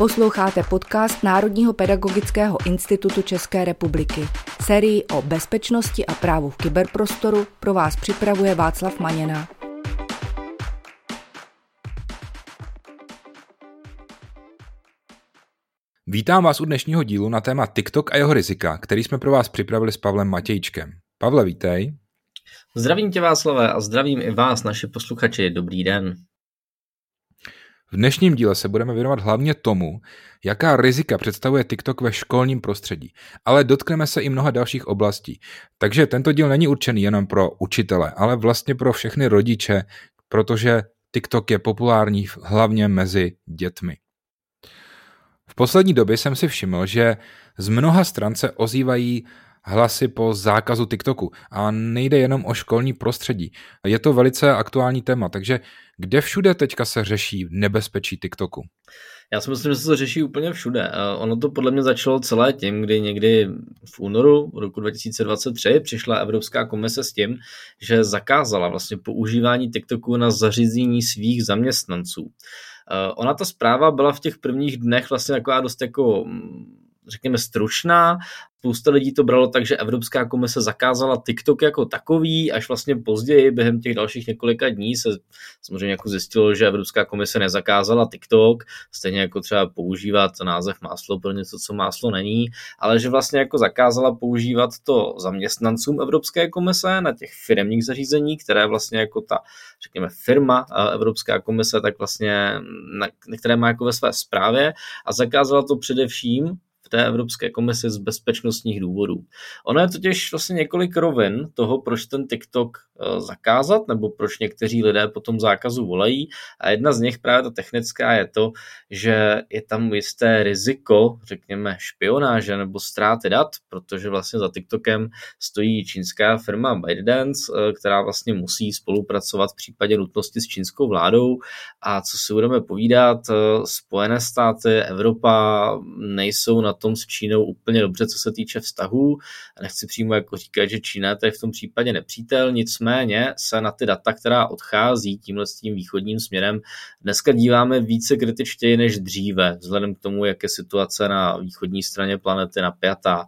Posloucháte podcast Národního pedagogického institutu České republiky. Sérii o bezpečnosti a právu v kyberprostoru pro vás připravuje Václav Maněna. Vítám vás u dnešního dílu na téma TikTok a jeho rizika, který jsme pro vás připravili s Pavlem Matějčkem. Pavle, vítej. Zdravím tě, Václave, a zdravím i vás, naši posluchači. Dobrý den. V dnešním díle se budeme věnovat hlavně tomu, jaká rizika představuje TikTok ve školním prostředí, ale dotkneme se i mnoha dalších oblastí. Takže tento díl není určený jenom pro učitele, ale vlastně pro všechny rodiče, protože TikTok je populární hlavně mezi dětmi. V poslední době jsem si všiml, že z mnoha stran se ozývají hlasy po zákazu TikToku a nejde jenom o školní prostředí. Je to velice aktuální téma, takže kde všude teďka se řeší nebezpečí TikToku? Já si myslím, že se to řeší úplně všude. Ono to podle mě začalo celé tím, kdy někdy v únoru roku 2023 přišla Evropská komise s tím, že zakázala vlastně používání TikToku na zařízení svých zaměstnanců. Ona ta zpráva byla v těch prvních dnech vlastně taková dost jako, řekněme, stručná. Spousta lidí to bralo tak, že Evropská komise zakázala TikTok jako takový, až vlastně později během těch dalších několika dní se samozřejmě jako zjistilo, že Evropská komise nezakázala TikTok, stejně jako třeba používat název máslo pro něco, co máslo není, ale že vlastně jako zakázala používat to zaměstnancům Evropské komise na těch firemních zařízení, které vlastně jako ta, řekněme, firma Evropská komise, tak vlastně, které má jako ve své správě, a zakázala to především v té Evropské komisi z bezpečnostních důvodů. Ono je totiž vlastně několik rovin toho, proč ten TikTok zakázat, nebo proč někteří lidé po tom zákazu volají. A jedna z nich, právě ta technická, je to, že je tam jisté riziko, řekněme, špionáže nebo ztráty dat, protože vlastně za TikTokem stojí čínská firma ByteDance, která vlastně musí spolupracovat v případě nutnosti s čínskou vládou. A co si budeme povídat, Spojené státy, Evropa nejsou na tom s Čínou úplně dobře, co se týče vztahů. Nechci přímo jako říkat, že Čína je v tom případě nepřítel, nicméně se na ty data, která odchází tímhle s tím východním směrem, dneska díváme více kritičtěji než dříve, vzhledem k tomu, jak je situace na východní straně planety napjatá.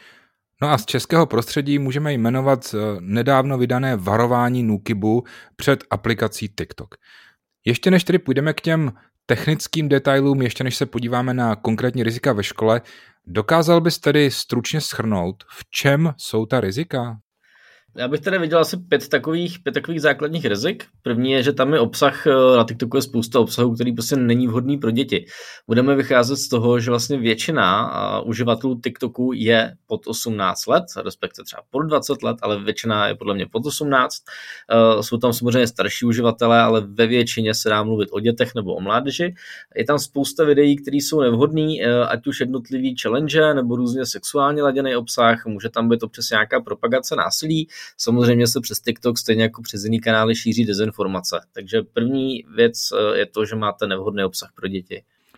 No a z českého prostředí můžeme jmenovat nedávno vydané varování NÚKIBu před aplikací TikTok. Ještě než tedy půjdeme k těm technickým detailům, ještě než se podíváme na konkrétní rizika ve škole, dokázal bys tedy stručně shrnout, v čem jsou ta rizika? Já bych tady viděl asi pět takových základních rizik. První je, že tam je obsah, na TikToku je spousta obsahu, který prostě není vhodný pro děti. Budeme vycházet z toho, že vlastně většina uživatelů TikToku je pod 18 let, respektive třeba pod 20 let, ale většina je podle mě pod 18. Jsou tam samozřejmě starší uživatelé, ale ve většině se dá mluvit o dětech nebo o mládeži. Je tam spousta videí, které jsou nevhodný, ať už jednotlivý challenge nebo různě sexuálně laděný obsah, může tam být občas nějaká propagace násilí. Samozřejmě se přes TikTok stejně jako přes jiný kanály šíří dezinformace. Takže první věc je to, že máte nevhodný obsah pro děti.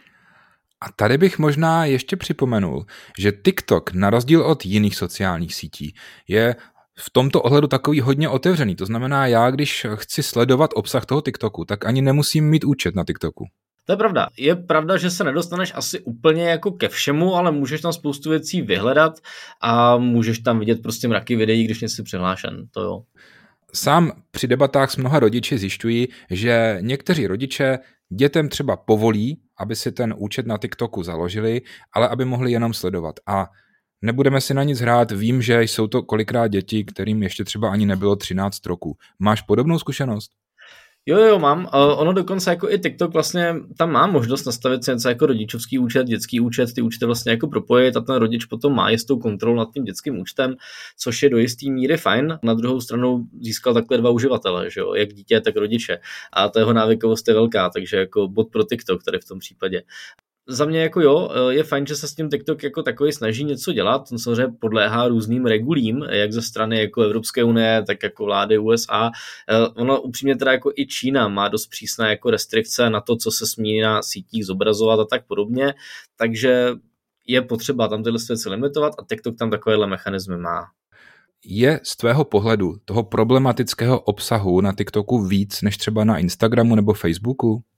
A tady bych možná ještě připomenul, že TikTok na rozdíl od jiných sociálních sítí je v tomto ohledu takový hodně otevřený. To znamená, já když chci sledovat obsah toho TikToku, tak ani nemusím mít účet na TikToku. To je pravda. Je pravda, že se nedostaneš asi úplně jako ke všemu, ale můžeš tam spoustu věcí vyhledat a můžeš tam vidět prostě mraky videí, když nejsi přihlášen. To jo. Sám při debatách s mnoha rodiči zjišťuji, že někteří rodiče dětem třeba povolí, aby si ten účet na TikToku založili, ale aby mohli jenom sledovat. A nebudeme si na nic hrát, vím, že jsou to kolikrát děti, kterým ještě třeba ani nebylo 13 roků. Máš podobnou zkušenost? Jo, mám. Ono dokonce jako i TikTok vlastně tam má možnost nastavit si něco jako rodičovský účet, dětský účet, ty účty vlastně jako propojit a ten rodič potom má jistou kontrolu nad tím dětským účtem, což je do jisté míry fajn. Na druhou stranu získal takhle dva uživatele, že jo, jak dítě, tak rodiče. A ta jeho návykovost je velká, takže jako bod pro TikTok tady v tom případě. Za mě jako jo, je fajn, že se s tím TikTok jako takový snaží něco dělat, on samozřejmě podléhá různým regulím, jak ze strany jako Evropské unie, tak jako vlády USA. Ono upřímně teda jako i Čína má dost přísné jako restrikce na to, co se smí na sítích zobrazovat a tak podobně, takže je potřeba tam tyhle věci limitovat a TikTok tam takovéhle mechanismy má. Je z tvého pohledu toho problematického obsahu na TikToku víc než třeba na Instagramu nebo Facebooku?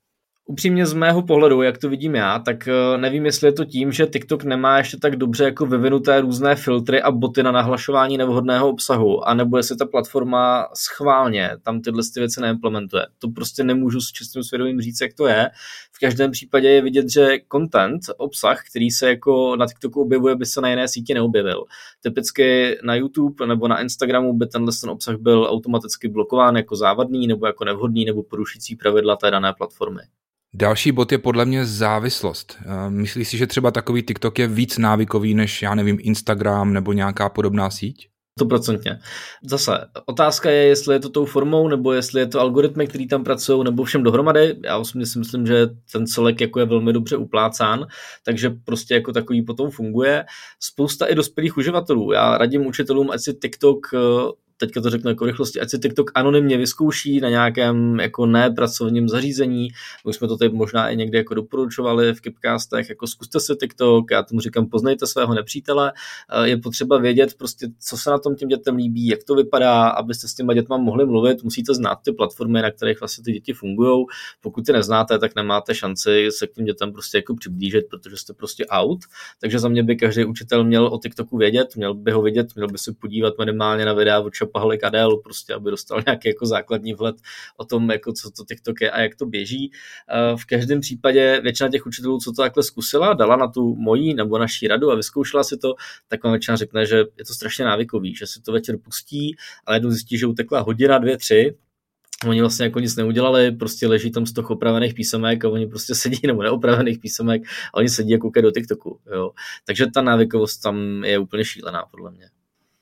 Upřímně z mého pohledu, jak to vidím já, tak nevím, jestli je to tím, že TikTok nemá ještě tak dobře jako vyvinuté různé filtry a boty na nahlašování nevhodného obsahu, anebo jestli ta platforma schválně tam tyhle věci neimplementuje. To prostě nemůžu s čistým svědomím říct, jak to je. V každém případě je vidět, že content, obsah, který se jako na TikToku objevuje, by se na jiné síti neobjevil. Typicky na YouTube nebo na Instagramu by ten obsah byl automaticky blokován jako závadný nebo jako nevhodný nebo porušující pravidla té dané platformy. Další bod je podle mě závislost. Myslíš si, že třeba takový TikTok je víc návykový než, já nevím, Instagram nebo nějaká podobná síť? 100%. Zase, otázka je, jestli je to tou formou, nebo jestli je to algoritmy, který tam pracují, nebo všem dohromady. Já osobně si myslím, že ten celek jako je velmi dobře uplácán, takže prostě jako takový potom funguje. Spousta i dospělých uživatelů. Já radím učitelům, ať si TikTok, teďka to řeknu jako rychlosti, ať si TikTok anonymně vyzkouší na nějakém jako nepracovním zařízení. My jsme to tady možná i někdy jako doporučovali v Kipcastech, jako zkuste si TikTok, já tomu říkám, poznejte svého nepřítele. Je potřeba vědět prostě, co se na tom těm dětem líbí, jak to vypadá, abyste s těma dětma mohli mluvit, musíte znát ty platformy, na kterých vlastně ty děti fungují. Pokud ty neznáte, tak nemáte šanci se k těm dětem prostě jako přiblížit, protože jste prostě out. Takže za mě by každý učitel měl o TikToku vědět, měl by ho vidět, měl by se podívat minimálně na videa od Šapahalik Adel, prostě aby dostal nějaký jako základní vhled o tom, jako co to TikTok je a jak to běží. V každém případě většina těch učitelů, co to takhle zkusila, dala na tu moji nebo naší radu a vyzkoušela si to, tak vám většina řekne, že je to strašně návykový, že si to večer pustí, ale jednou zjistí, že utekla hodina, 2, 3. Oni vlastně jako nic neudělali, prostě leží tam 100 opravených písemek a oni prostě sedí, nebo neopravených písemek a oni sedí a koukají do TikToku. Jo. Takže ta návykovost tam je úplně šílená, podle mě.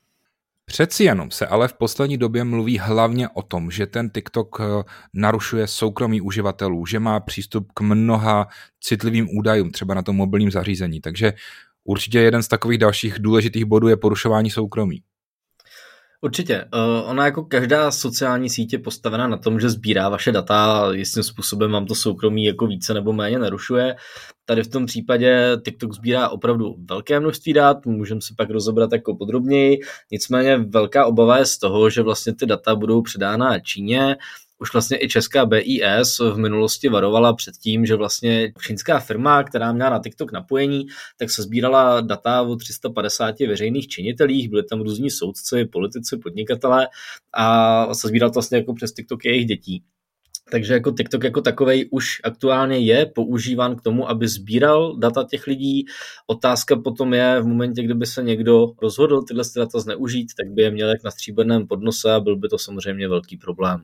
Přeci jenom se ale v poslední době mluví hlavně o tom, že ten TikTok narušuje soukromí uživatelů, že má přístup k mnoha citlivým údajům, třeba na tom mobilním zařízení. Takže určitě jeden z takových dalších důležitých bodů je porušování soukromí. Určitě. Ona jako každá sociální síť je postavená na tom, že sbírá vaše data a jistým způsobem vám to soukromí jako více nebo méně narušuje. Tady v tom případě TikTok sbírá opravdu velké množství dat, můžeme si pak rozebrat jako podrobněji, nicméně velká obava je z toho, že vlastně ty data budou předána Číně. Už vlastně i česká BIS v minulosti varovala před tím, že vlastně čínská firma, která měla na TikTok napojení, tak se sbírala data o 350 veřejných činitelích, byli tam různí soudci, politici, podnikatelé a se sbíral vlastně jako přes TikTok jejich dětí. Takže jako TikTok jako takovej už aktuálně je používán k tomu, aby sbíral data těch lidí. Otázka potom je v momentě, kdyby se někdo rozhodl tyhle data zneužít, tak by je měl jak na stříbrném podnose a byl by to samozřejmě velký problém.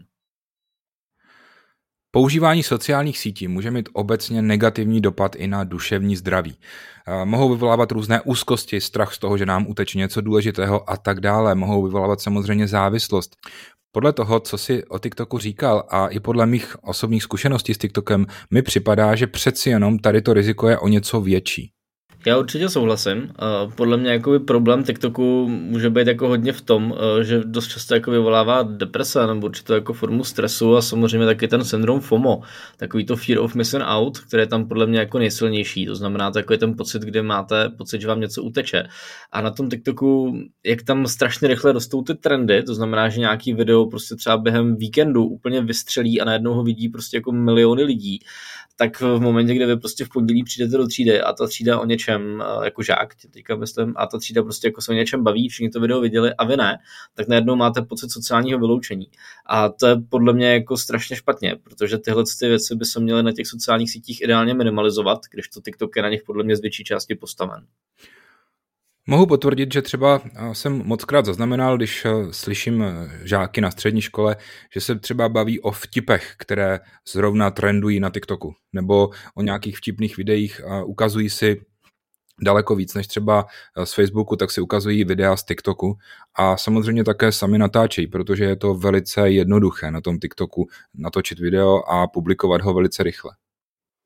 Používání sociálních sítí může mít obecně negativní dopad i na duševní zdraví. Mohou vyvolávat různé úzkosti, strach z toho, že nám uteče něco důležitého a tak dále. Mohou vyvolávat samozřejmě závislost. Podle toho, co si o TikToku říkal a i podle mých osobních zkušeností s TikTokem, mi připadá, že přeci jenom tady to riziko je o něco větší. Já určitě souhlasím. Podle mě jakoby problém TikToku může být jako hodně v tom, že dost často jako vyvolává deprese nebo určitou jako formu stresu a samozřejmě taky ten syndrom FOMO, takový to fear of missing out, který je tam podle mě jako nejsilnější. To znamená takový ten pocit, kdy máte pocit, že vám něco uteče. A na tom TikToku, jak tam strašně rychle rostou ty trendy, to znamená, že nějaký video prostě třeba během víkendu úplně vystřelí a najednou ho vidí prostě jako miliony lidí, tak v momentě, kdy vy prostě v pondělí přijdete do třídy a ta třída o něčem, jako žák, teďka myslím, a ta třída prostě jako se o něčem baví, všichni to video viděli a vy ne, tak najednou máte pocit sociálního vyloučení. A to je podle mě jako strašně špatně, protože tyhle ty věci by se měly na těch sociálních sítích ideálně minimalizovat, když to TikTok je na nich podle mě z větší části postaven. Mohu potvrdit, že třeba jsem mockrát zaznamenal, když slyším žáky na střední škole, že se třeba baví o vtipech, které zrovna trendují na TikToku, nebo o nějakých vtipných videích a ukazují si daleko víc než třeba z Facebooku, tak si ukazují videa z TikToku a samozřejmě také sami natáčejí, protože je to velice jednoduché na tom TikToku natočit video a publikovat ho velice rychle.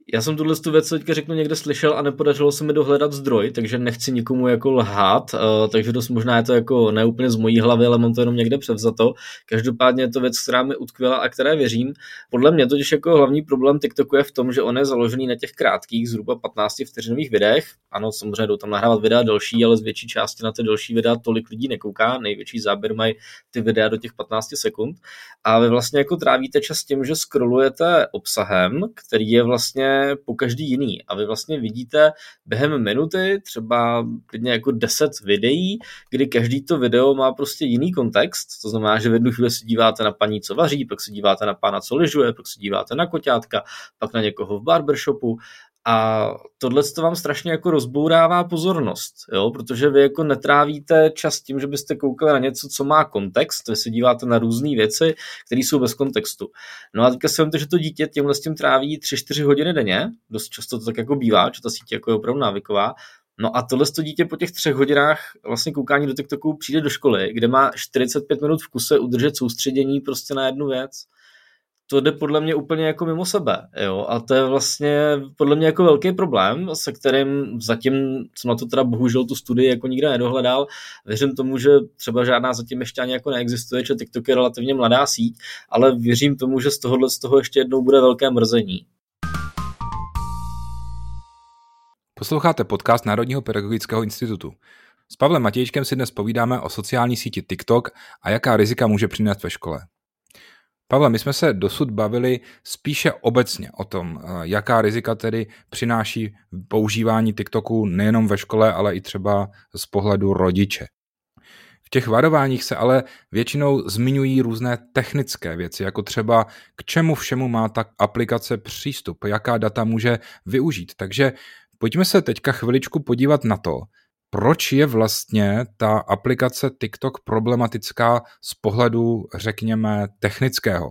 Já jsem tuhle věc teďka řeknu někde slyšel a nepodařilo se mi dohledat zdroj, takže nechci nikomu jako lhát, takže dost možná je to jako neúplně z mojí hlavy, ale mám to jenom někde převzato. Každopádně je to věc, která mi utkvěla a které věřím. Podle mě totiž jako hlavní problém TikToku je v tom, že on je založený na těch krátkých, zhruba 15 vteřinových videích. Ano, samozřejmě jdou tam nahrávat videa delší, ale z větší části na ty delší videa tolik lidí nekouká. Největší záběr mají ty videa do těch 15 sekund. A vy vlastně jako trávíte čas tím, že scrollujete obsahem, který je vlastně po každý jiný. A vy vlastně vidíte během minuty třeba klidně jako 10 videí, kdy každý to video má prostě jiný kontext. To znamená, že v jednu chvíli se díváte na paní, co vaří, pak se díváte na pána, co lyžuje, pak se díváte na koťátka, pak na někoho v barbershopu. A tohle to vám strašně jako rozbourává pozornost, jo? Protože vy jako netrávíte čas tím, že byste koukali na něco, co má kontext, vy se díváte na různé věci, které jsou bez kontextu. No a teďka si vemte, že to dítě tímhle s tím tráví 3-4 hodiny denně, dost často to tak jako bývá, že ta síť jako je opravdu návyková. No a tohle to dítě po těch 3 hodinách vlastně koukání do TikToku přijde do školy, kde má 45 minut v kuse udržet soustředění prostě na jednu věc. To jde podle mě úplně jako mimo sebe, jo, a to je vlastně podle mě jako velký problém, se kterým zatím jsem na to teda bohužel tu studii jako nikde nedohledal. Věřím tomu, že třeba žádná zatím ještě ani jako neexistuje, že TikTok je relativně mladá síť, ale věřím tomu, že z toho ještě jednou bude velké mrzení. Posloucháte podcast Národního pedagogického institutu. S Pavlem Matějčkem si dnes povídáme o sociální síti TikTok a jaká rizika může přinést ve škole. Pavle, my jsme se dosud bavili spíše obecně o tom, jaká rizika tedy přináší používání TikToku nejenom ve škole, ale i třeba z pohledu rodiče. V těch varováních se ale většinou zmiňují různé technické věci, jako třeba k čemu všemu má ta aplikace přístup, jaká data může využít. Takže pojďme se teďka chviličku podívat na to, proč je vlastně ta aplikace TikTok problematická z pohledu, řekněme, technického?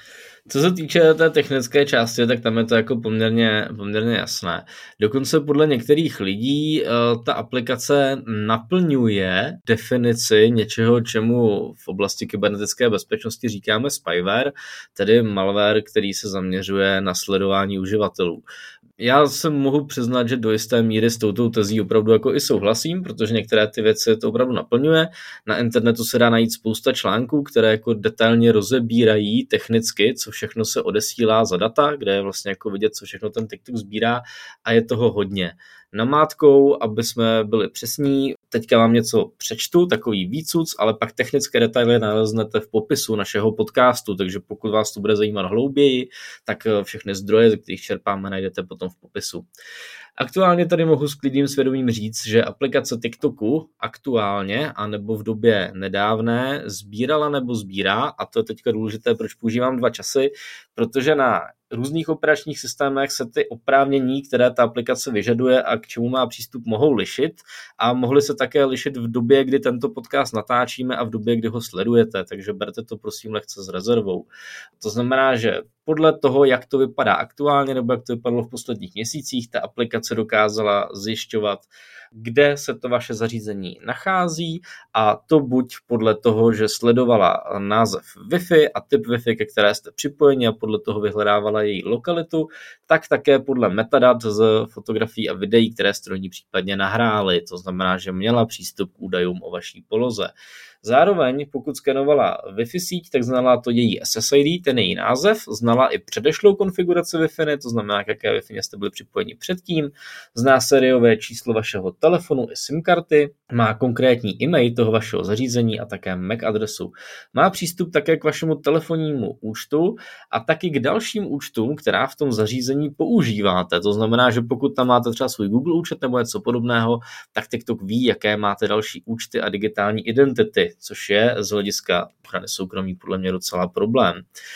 Co se týče té technické části, tak tam je to jako poměrně jasné. Dokonce podle některých lidí ta aplikace naplňuje definici něčeho, čemu v oblasti kybernetické bezpečnosti říkáme spyware, tedy malware, který se zaměřuje na sledování uživatelů. Já se mohu přiznat, že do jisté míry s touto tezí opravdu jako i souhlasím, protože některé ty věci to opravdu naplňuje. Na internetu se dá najít spousta článků, které jako detailně rozebírají technicky, co všechno se odesílá za data, kde je vlastně jako vidět, co všechno ten TikTok sbírá, a je toho hodně. Namátkou, aby jsme byli přesní, teďka vám něco přečtu, takový výcuc, ale pak technické detaily naleznete v popisu našeho podcastu, takže pokud vás to bude zajímat hlouběji, tak všechny zdroje, ze kterých čerpáme, najdete potom v popisu. Aktuálně tady mohu s klidným svědomím říct, že aplikace TikToku aktuálně anebo v době nedávné sbírala nebo sbírá, a to je teďka důležité, proč používám 2 časy, protože na různých operačních systémech se ty oprávnění, které ta aplikace vyžaduje a k čemu má přístup, mohou lišit a mohly se také lišit v době, kdy tento podcast natáčíme a v době, kdy ho sledujete, takže berte to prosím lehce s rezervou. To znamená, že podle toho, jak to vypadá aktuálně nebo jak to vypadalo v posledních měsících, ta aplikace dokázala zjišťovat, kde se to vaše zařízení nachází, a to buď podle toho, že sledovala název Wi-Fi a typ Wi-Fi, ke které jste připojeni, a podle toho vyhledávala její lokalitu, tak také podle metadat z fotografií a videí, které jste do ní případně nahráli. To znamená, že měla přístup k údajům o vaší poloze. Zároveň, pokud skenovala Wi-Fi síť, tak znala to její SSID, ten její název, znala i předešlou konfiguraci Wi-Fi, to znamená, k jaké Wi-Fi jste byli připojeni předtím, zná sériové číslo vašeho telefonu i SIM karty, má konkrétní e-mail toho vašeho zařízení a také MAC adresu. Má přístup také k vašemu telefonnímu účtu a taky k dalším účtům, která v tom zařízení používáte. To znamená, že pokud tam máte třeba svůj Google účet nebo něco podobného, tak TikTok ví, jaké máte další účty a digitální identity, což je z hlediska ochrany soukromí podle mě docela problém.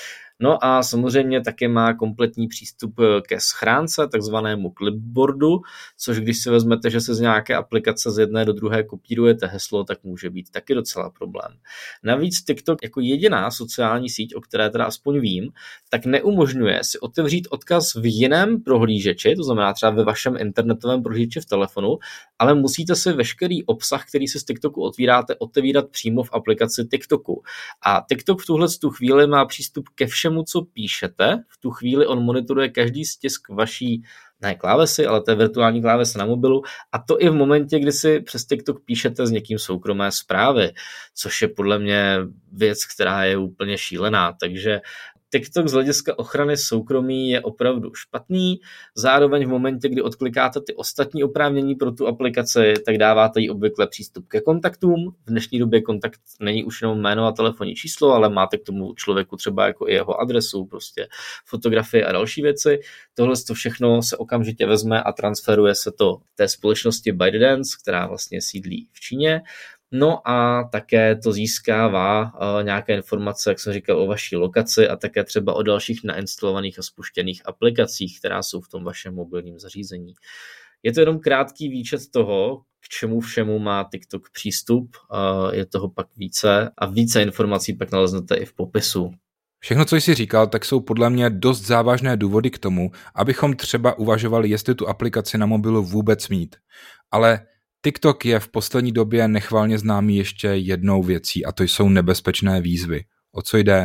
No a samozřejmě také má kompletní přístup ke schránce, takzvanému clipboardu, což když si vezmete, že se z nějaké aplikace z jedné do druhé kopírujete heslo, tak může být taky docela problém. Navíc TikTok jako jediná sociální síť, o které teda aspoň vím, tak neumožňuje si otevřít odkaz v jiném prohlížeči, to znamená třeba ve vašem internetovém prohlížeči v telefonu, ale musíte si veškerý obsah, který si z TikToku otvíráte, otevírat přímo v aplikaci TikToku. A TikTok v tuhle chvíli má přístup ke všem všemu, co píšete. V tu chvíli on monitoruje každý stisk vaší ne klávesy, ale té virtuální klávesy na mobilu, a to i v momentě, kdy si přes TikTok píšete s někým soukromé zprávy, což je podle mě věc, která je úplně šílená. Takže TikTok z hlediska ochrany soukromí je opravdu špatný. Zároveň v momentě, kdy odklikáte ty ostatní oprávnění pro tu aplikaci, tak dáváte jí obvykle přístup ke kontaktům. V dnešní době kontakt není už jenom jméno a telefonní číslo, ale máte k tomu člověku třeba jako i jeho adresu, prostě fotografie a další věci. Tohle to všechno se okamžitě vezme a transferuje se to té společnosti ByteDance, která vlastně sídlí v Číně. No a také to získává nějaké informace, jak jsem říkal, o vaší lokaci a také třeba o dalších nainstalovaných a spuštěných aplikacích, která jsou v tom vašem mobilním zařízení. Je to jenom krátký výčet toho, k čemu všemu má TikTok přístup, je toho pak více a více informací pak naleznete i v popisu. Všechno, co jsi říkal, tak jsou podle mě dost závažné důvody k tomu, abychom třeba uvažovali, jestli tu aplikaci na mobilu vůbec mít. Ale TikTok je v poslední době nechvalně známý ještě jednou věcí, a to jsou nebezpečné výzvy. O co jde?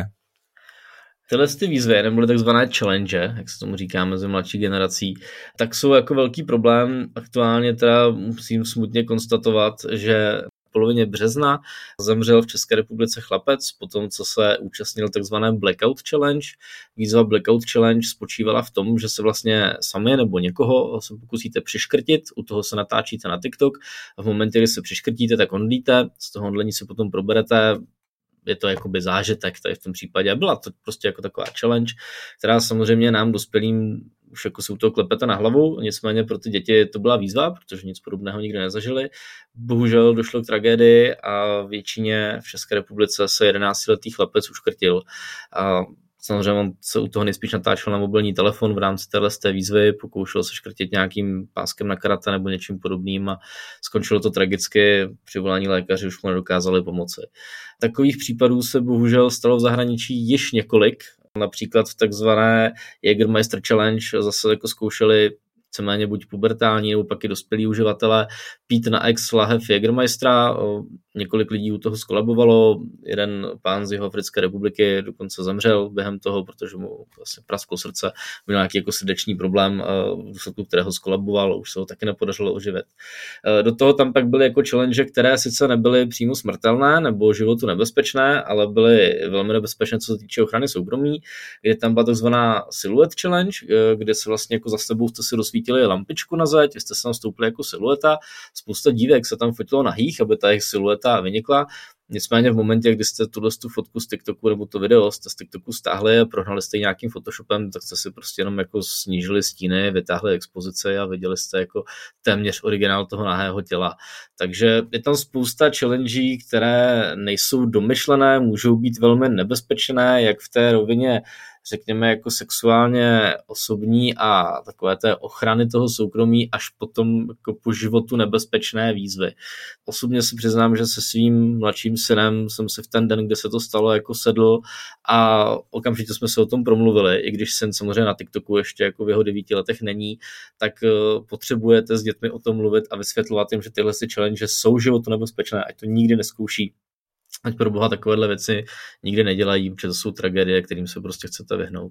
Tyhle ty výzvy, nebo takzvané challenge, jak se tomu říká mezi mladší generací, tak jsou jako velký problém. Aktuálně teda musím smutně konstatovat, že v polovině března zemřel v České republice chlapec po tom, co se účastnil takzvané Blackout Challenge. Výzva Blackout Challenge spočívala v tom, že se vlastně sami nebo někoho se pokusíte přiškrtit, u toho se natáčíte na TikTok a v momentě, kdy se přiškrtíte, tak ondlíte, z toho ondlení se potom proberete. Je to jakoby zážitek tady v tom případě. Byla to prostě jako taková challenge, která samozřejmě nám dospělým už jako si u toho klepete na hlavu, nicméně pro ty děti to byla výzva, protože nic podobného nikdy nezažili. Bohužel došlo k tragédii a většině v České republice se 11letý chlapec uškrtil. A samozřejmě on se u toho nejspíš natáčel na mobilní telefon v rámci té výzvy, pokoušel se škrtit nějakým páskem na karate nebo něčím podobným a skončilo to tragicky, při volání lékaři už mu nedokázali pomoci. Takových případů se bohužel stalo v zahraničí již několik, například v takzvané Jägermeister Challenge zase jako zkoušeli víceméně buď pubertální nebo pak i dospělí uživatelé pít na ex lahev Jägermeistera. Několik lidí u toho skolabovalo, jeden pán z Jihoafrické republiky dokonce zemřel během toho, protože mu vlastně prasklo srdce, měl nějaký jako srdeční problém, v důsledku kterého skolaboval, už se ho taky nepodařilo oživit. Do toho tam pak byly jako challenge, které sice nebyly přímo smrtelné nebo životu nebezpečné, ale byly velmi nebezpečné, co se týče ochrany soukromí, kde tam byla takzvaná Silhouette Challenge, kde se vlastně jako za sebou jste si rozsvítili lampičku na zeď, jste se tam stoupili jako silueta, spousta dívek se tam fotilo nahých, aby ta jejich silueta vynikla. Nicméně v momentě, kdy jste tu fotku z TikToku nebo to video jste z TikToku stáhli a prohnali jste nějakým Photoshopem, tak jste si prostě jenom jako snížili stíny, vytáhli expozice a viděli jste jako téměř originál toho nahého těla. Takže je tam spousta challenge, které nejsou domyšlené, můžou být velmi nebezpečné, jak v té rovině řekněme jako sexuálně osobní a takové té ochrany toho soukromí až potom jako po životu nebezpečné výzvy. Osobně si přiznám, že se svým mladším synem jsem si v ten den, kde se to stalo, jako sedl a okamžitě jsme se o tom promluvili, i když syn samozřejmě na TikToku ještě jako v jeho 9 letech není, tak potřebujete s dětmi o tom mluvit a vysvětlovat jim, že tyhle challenge jsou životu nebezpečné, ať to nikdy neskouší. Ať pro boha takovéhle věci nikdy nedělají, protože to jsou tragédie, kterým se prostě chcete vyhnout.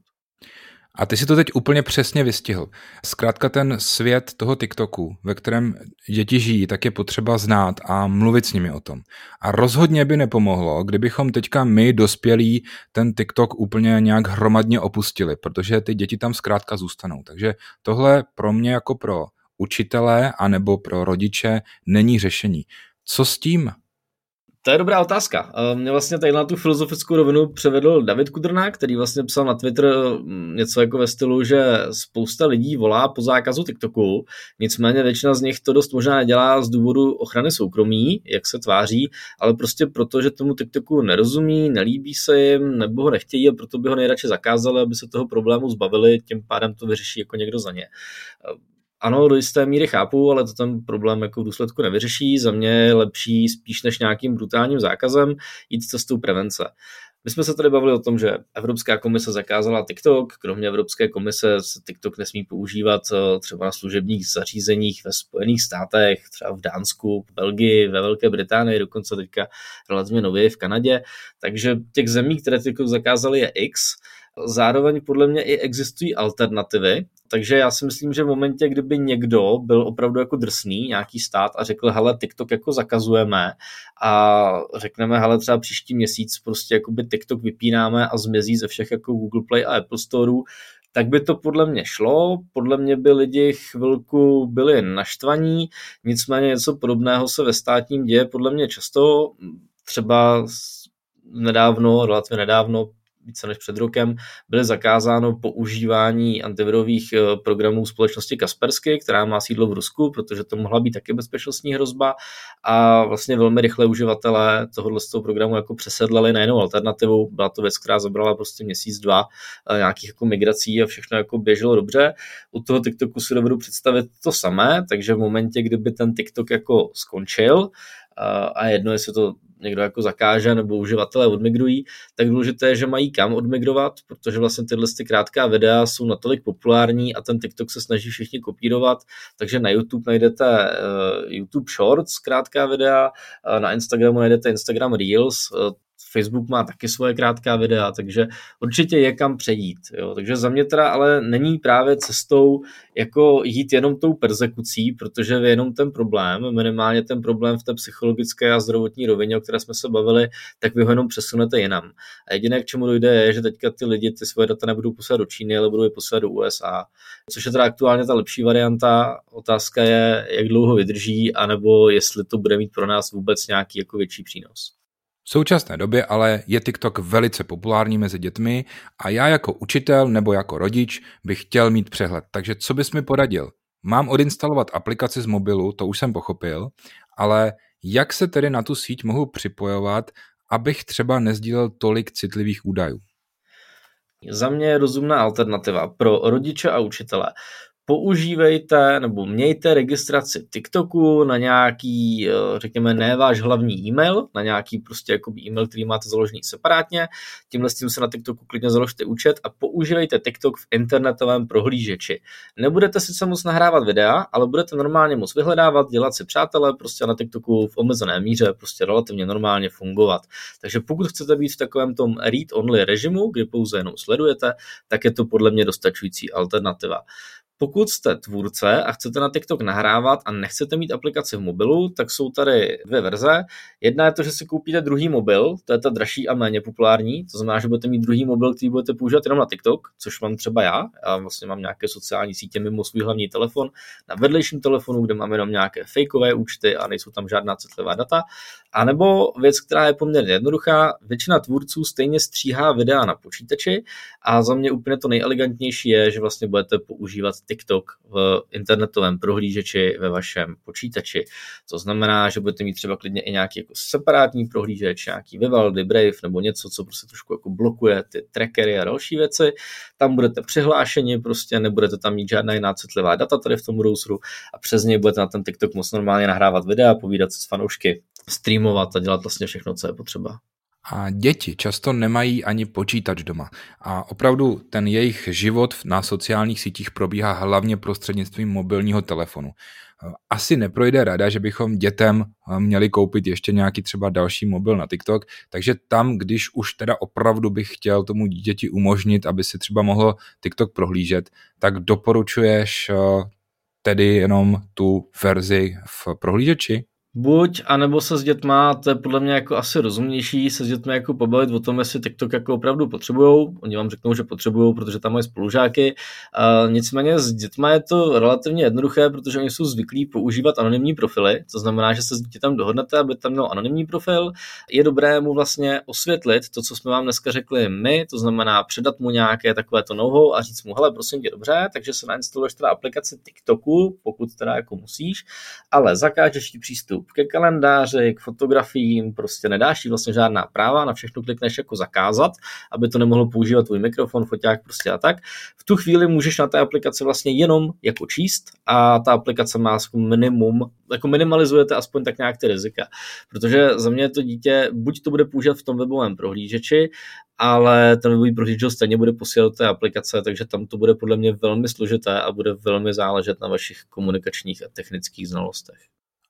A ty si to teď úplně přesně vystihl. Zkrátka ten svět toho TikToku, ve kterém děti žijí, tak je potřeba znát a mluvit s nimi o tom. A rozhodně by nepomohlo, kdybychom teďka my dospělí ten TikTok úplně nějak hromadně opustili, protože ty děti tam zkrátka zůstanou. Takže tohle pro mě jako pro učitele anebo pro rodiče není řešení. Co s tím? To je dobrá otázka. Mě vlastně tady na tu filozofickou rovinu převedl David Kudrna, který vlastně psal na Twitter něco jako ve stylu, že spousta lidí volá po zákazu TikToku, nicméně většina z nich to dost možná nedělá z důvodu ochrany soukromí, jak se tváří, ale prostě proto, že tomu TikToku nerozumí, nelíbí se jim, nebo ho nechtějí a proto by ho nejradši zakázali, aby se toho problému zbavili, tím pádem to vyřeší jako někdo za ně. Ano, do jisté míry chápu, ale to ten problém jako v důsledku nevyřeší. Za mě je lepší spíš než nějakým brutálním zákazem jít cestou prevence. My jsme se tady bavili o tom, že Evropská komise zakázala TikTok, kromě Evropské komise se TikTok nesmí používat třeba na služebních zařízeních ve Spojených státech, třeba v Dánsku, v Belgii, ve Velké Británii, dokonce teďka relativně nově v Kanadě. Takže těch zemí, které TikTok zakázaly, je X. Zároveň podle mě i existují alternativy, takže já si myslím, že v momentě, kdyby někdo byl opravdu jako drsný, nějaký stát a řekl, hele, TikTok jako zakazujeme a řekneme, hele, třeba příští měsíc prostě jakoby TikTok vypínáme a zmizí ze všech jako Google Play a Apple Storeu, tak by to podle mě šlo, podle mě by lidi chvilku byli naštvaní, nicméně něco podobného se ve státním děje podle mě často, třeba relativně nedávno, více než před rokem, byly zakázáno používání antivirových programů společnosti Kaspersky, která má sídlo v Rusku, protože to mohla být taky bezpečnostní hrozba a vlastně velmi rychle uživatelé tohohle programu jako přesedlali na jinou alternativu. Byla to věc, která zabrala prostě měsíc, dva nějakých jako migrací a všechno jako běželo dobře. U toho TikToku si dovedu představit to samé, takže v momentě, kdyby ten TikTok jako skončil a jedno, jestli to někdo jako zakáže nebo uživatelé odmigrují, tak důležité je, že mají kam odmigrovat, protože vlastně tyhle krátká videa jsou natolik populární a ten TikTok se snaží všichni kopírovat, takže na YouTube najdete YouTube Shorts, krátká videa, na Instagramu najdete Instagram Reels, Facebook má taky svoje krátká videa, takže určitě je kam přejít. Jo. Takže za mě teda ale není právě cestou jako jít jenom tou perzekucí, protože je jenom ten problém, minimálně ten problém v té psychologické a zdravotní rovině, o které jsme se bavili, tak vy ho jenom přesunete jinam. A jediné, k čemu dojde, je, že teďka ty lidi ty svoje data nebudou posílat do Číny, ale budou je posílat do USA. Což je teda aktuálně ta lepší varianta. Otázka je, jak dlouho vydrží, anebo jestli to bude mít pro nás vůbec nějaký jako větší přínos. V současné době ale je TikTok velice populární mezi dětmi a já jako učitel nebo jako rodič bych chtěl mít přehled. Takže co bys mi poradil? Mám odinstalovat aplikaci z mobilu, to už jsem pochopil, ale jak se tedy na tu síť mohu připojovat, abych třeba nesdílel tolik citlivých údajů? Za mě je rozumná alternativa pro rodiče a učitele. Používejte nebo mějte registraci TikToku na nějaký, řekněme, ne váš hlavní e-mail, na nějaký prostě jakoby e-mail, který máte založený separátně. Tímhle s tím se na TikToku klidně založte účet a používejte TikTok v internetovém prohlížeči. Nebudete sice moc nahrávat videa, ale budete normálně moc vyhledávat, dělat si přátelé prostě na TikToku v omezené míře, prostě relativně normálně fungovat. Takže pokud chcete být v takovém tom read-only režimu, kdy pouze jenom sledujete, tak je to podle mě dostačující alternativa. Pokud jste tvůrce a chcete na TikTok nahrávat a nechcete mít aplikaci v mobilu, tak jsou tady dvě verze. Jedna je to, že si koupíte druhý mobil, to je ta dražší a méně populární, to znamená, že budete mít druhý mobil, který budete používat jenom na TikTok, což mám třeba já vlastně mám nějaké sociální sítě mimo svůj hlavní telefon, na vedlejším telefonu, kde mám jenom nějaké fakeové účty a nejsou tam žádná citlivá data. A nebo věc, která je poměrně jednoduchá, většina tvůrců stejně stříhá videa na počítači a za mě úplně to nejelegantnější je, že vlastně budete používat TikTok v internetovém prohlížeči ve vašem počítači. To znamená, že budete mít třeba klidně i nějaký jako separátní prohlížeč, nějaký Vivaldi, Brave nebo něco, co prostě trošku jako blokuje ty trackery a další věci. Tam budete přihlášeni, prostě nebudete tam mít žádná jiná citlivá data tady v tom browseru a přes něj budete na ten TikTok moc normálně nahrávat videa, povídat se s fanoušky, streamovat a dělat vlastně všechno, co je potřeba. A děti často nemají ani počítač doma. A opravdu ten jejich život na sociálních sítích probíhá hlavně prostřednictvím mobilního telefonu. Asi neprojde rada, že bychom dětem měli koupit ještě nějaký třeba další mobil na TikTok, takže tam, když už teda opravdu bych chtěl tomu dítěti umožnit, aby si třeba mohlo TikTok prohlížet, tak doporučuješ tedy jenom tu verzi v prohlížeči? Buď, anebo se s dětma, to je podle mě jako asi rozumnější, se s dětmi jako pobavit o tom, jestli TikTok jako opravdu potřebujou. Oni vám řeknou, že potřebujou, protože tam mají spolužáky. Nicméně s dětma je to relativně jednoduché, protože oni jsou zvyklí používat anonymní profily. To znamená, že se s dítětem dohodnete, aby tam měl anonymní profil. Je dobré mu vlastně osvětlit to, co jsme vám dneska řekli my, to znamená předat mu nějaké takovéto know-how a říct mu, hele, prosím tě, dobře, takže se nainstaluješ teda aplikaci TikToku, pokud teda jako musíš, ale zakážeš jí přístup ke kalendáři, k fotografiím, prostě nedáš jí vlastně žádná práva, na všechno klikneš jako zakázat, aby to nemohlo používat tvůj mikrofon, foťák prostě a tak. V tu chvíli můžeš na té aplikaci vlastně jenom jako číst a ta aplikace má minimum, jako minimalizujete aspoň tak nějak ty rizika. Protože za mě to dítě buď to bude používat v tom webovém prohlížeči, ale ten webový prohlížeč stejně bude posílat té aplikace, takže tam to bude podle mě velmi složité a bude velmi záležet na vašich komunikačních a technických znalostech.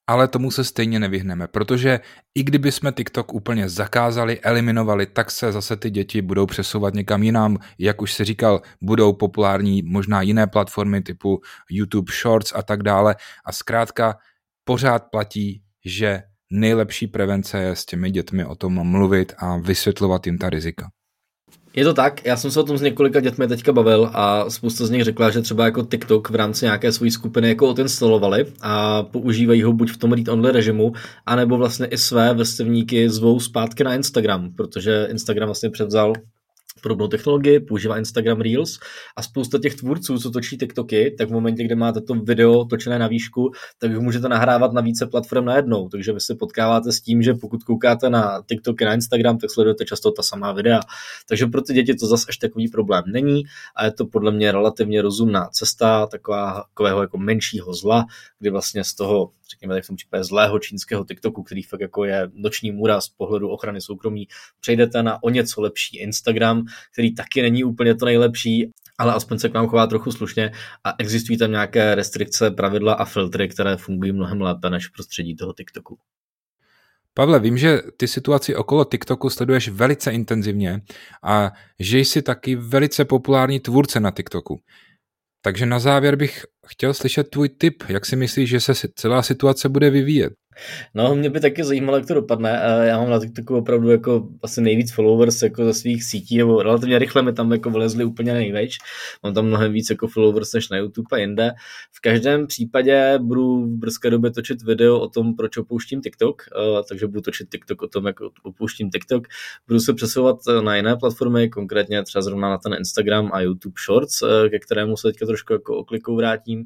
ale tomu se stejně nevyhneme, protože i kdyby jsme TikTok úplně zakázali, eliminovali, tak se zase ty děti budou přesouvat někam jinam, jak už si říkal, budou populární možná jiné platformy typu YouTube Shorts a tak dále a zkrátka pořád platí, že nejlepší prevence je s těmi dětmi o tom mluvit a vysvětlovat jim ta rizika. Je to tak, já jsem se o tom s několika dětmi teďka bavil a spousta z nich řekla, že třeba jako TikTok v rámci nějaké své skupiny jako odinstalovali a používají ho buď v tom read-only režimu, anebo vlastně i své vrstevníky zvou zpátky na Instagram, protože Instagram vlastně převzal podobnou technologii, používá Instagram Reels a spousta těch tvůrců, co točí TikToky, tak v momentě, kdy máte to video točené na výšku, tak ho můžete nahrávat na více platform najednou, takže vy se potkáváte s tím, že pokud koukáte na TikToky, na Instagram, tak sledujete často ta samá videa. Takže pro ty děti to zas až takový problém není a je to podle mě relativně rozumná cesta takového jako menšího zla, kdy vlastně z toho, řekněme tak v tom případě zlého čínského TikToku, který fakt jako je noční můra z pohledu ochrany soukromí, přejdete na o něco lepší Instagram, který taky není úplně to nejlepší, ale aspoň se k nám chová trochu slušně a existují tam nějaké restrikce, pravidla a filtry, které fungují mnohem lépe než v prostředí toho TikToku. Pavle, vím, že ty situaci okolo TikToku sleduješ velice intenzivně a že jsi taky velice populární tvůrce na TikToku. Takže na závěr bych chtěl slyšet tvůj tip, jak si myslíš, že se celá situace bude vyvíjet? No, mě by taky zajímalo, jak to dopadne. Já mám na TikToku opravdu jako asi nejvíc followers jako ze svých sítí, nebo relativně rychle mi tam jako vylezli úplně nejvíc. Mám tam mnohem víc jako followers než na YouTube a jinde. V každém případě budu v brzké době točit video o tom, proč opouštím TikTok, takže budu točit TikTok o tom, jak opouštím TikTok. Budu se přesouvat na jiné platformy, konkrétně třeba zrovna na ten Instagram a YouTube Shorts, ke kterému se teďka trošku jako oklikou vrátím.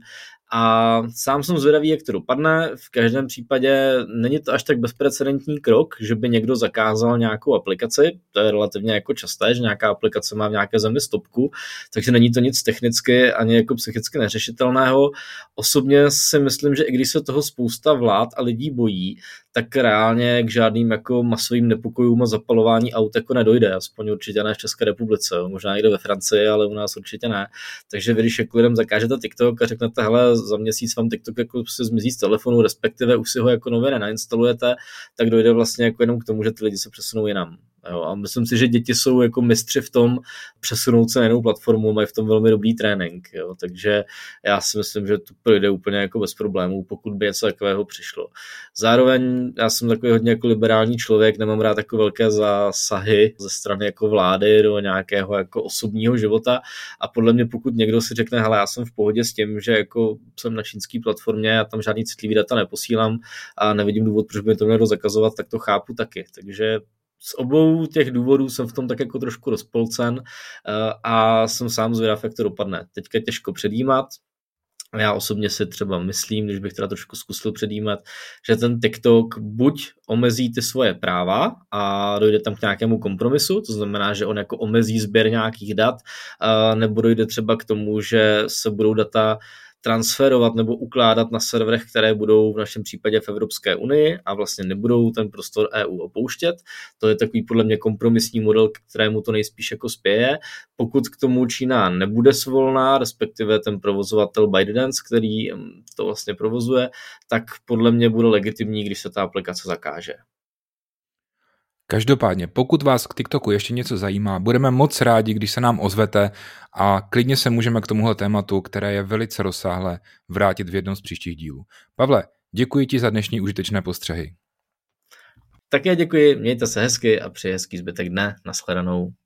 A sám jsem zvědavý, jak to dopadne. V každém případě není to až tak bezprecedentní krok, že by někdo zakázal nějakou aplikaci. To je relativně jako časté, že nějaká aplikace má v nějaké zemi stopku, takže není to nic technicky ani jako psychicky neřešitelného. Osobně si myslím, že i když se toho spousta vlád a lidí bojí, tak reálně k žádným jako masovým nepokojům a zapalování aut jako nedojde, aspoň určitě ne v České republice, možná někde ve Francii, ale u nás určitě ne. Takže vy, když jako lidem zakážete TikTok a řeknete, hele, za měsíc vám TikTok jako se zmizí z telefonu, respektive už si ho jako nově nenainstalujete, tak dojde vlastně jako jenom k tomu, že ty lidi se přesunou jinam. Jo, a myslím si, že děti jsou jako mistři v tom přesunout se na jinou platformu, mají v tom velmi dobrý trénink, jo, takže já si myslím, že to projde úplně jako bez problémů, pokud by něco takového přišlo. Zároveň já jsem takový hodně jako liberální člověk, nemám rád takové velké zásahy ze strany jako vlády do nějakého jako osobního života a podle mě pokud někdo si řekne, hele, já jsem v pohodě s tím, že jako jsem na čínské platformě a tam žádný citlivý data neposílám a nevidím důvod, proč by to mělo zakazovat, tak to chápu taky, takže z obou těch důvodů jsem v tom tak jako trošku rozpolcen a jsem sám zvědav, jak to dopadne. Teďka je těžko předjímat. Já osobně si třeba myslím, když bych teda trošku zkusil předjímat, že ten TikTok buď omezí ty svoje práva a dojde tam k nějakému kompromisu, to znamená, že on jako omezí sběr nějakých dat, nebo dojde třeba k tomu, že se budou data transferovat nebo ukládat na serverech, které budou v našem případě v Evropské unii a vlastně nebudou ten prostor EU opouštět. To je takový podle mě kompromisní model, k kterému to nejspíš jako spěje. Pokud k tomu Čína nebude svolná, respektive ten provozovatel ByteDance, který to vlastně provozuje, tak podle mě bude legitimní, když se ta aplikace zakáže. Každopádně, pokud vás k TikToku ještě něco zajímá, budeme moc rádi, když se nám ozvete a klidně se můžeme k tomuhle tématu, které je velice rozsáhlé, vrátit v jednom z příštích dílů. Pavle, děkuji ti za dnešní užitečné postřehy. Také děkuji, mějte se hezky a přeji hezký zbytek dne. Nashledanou.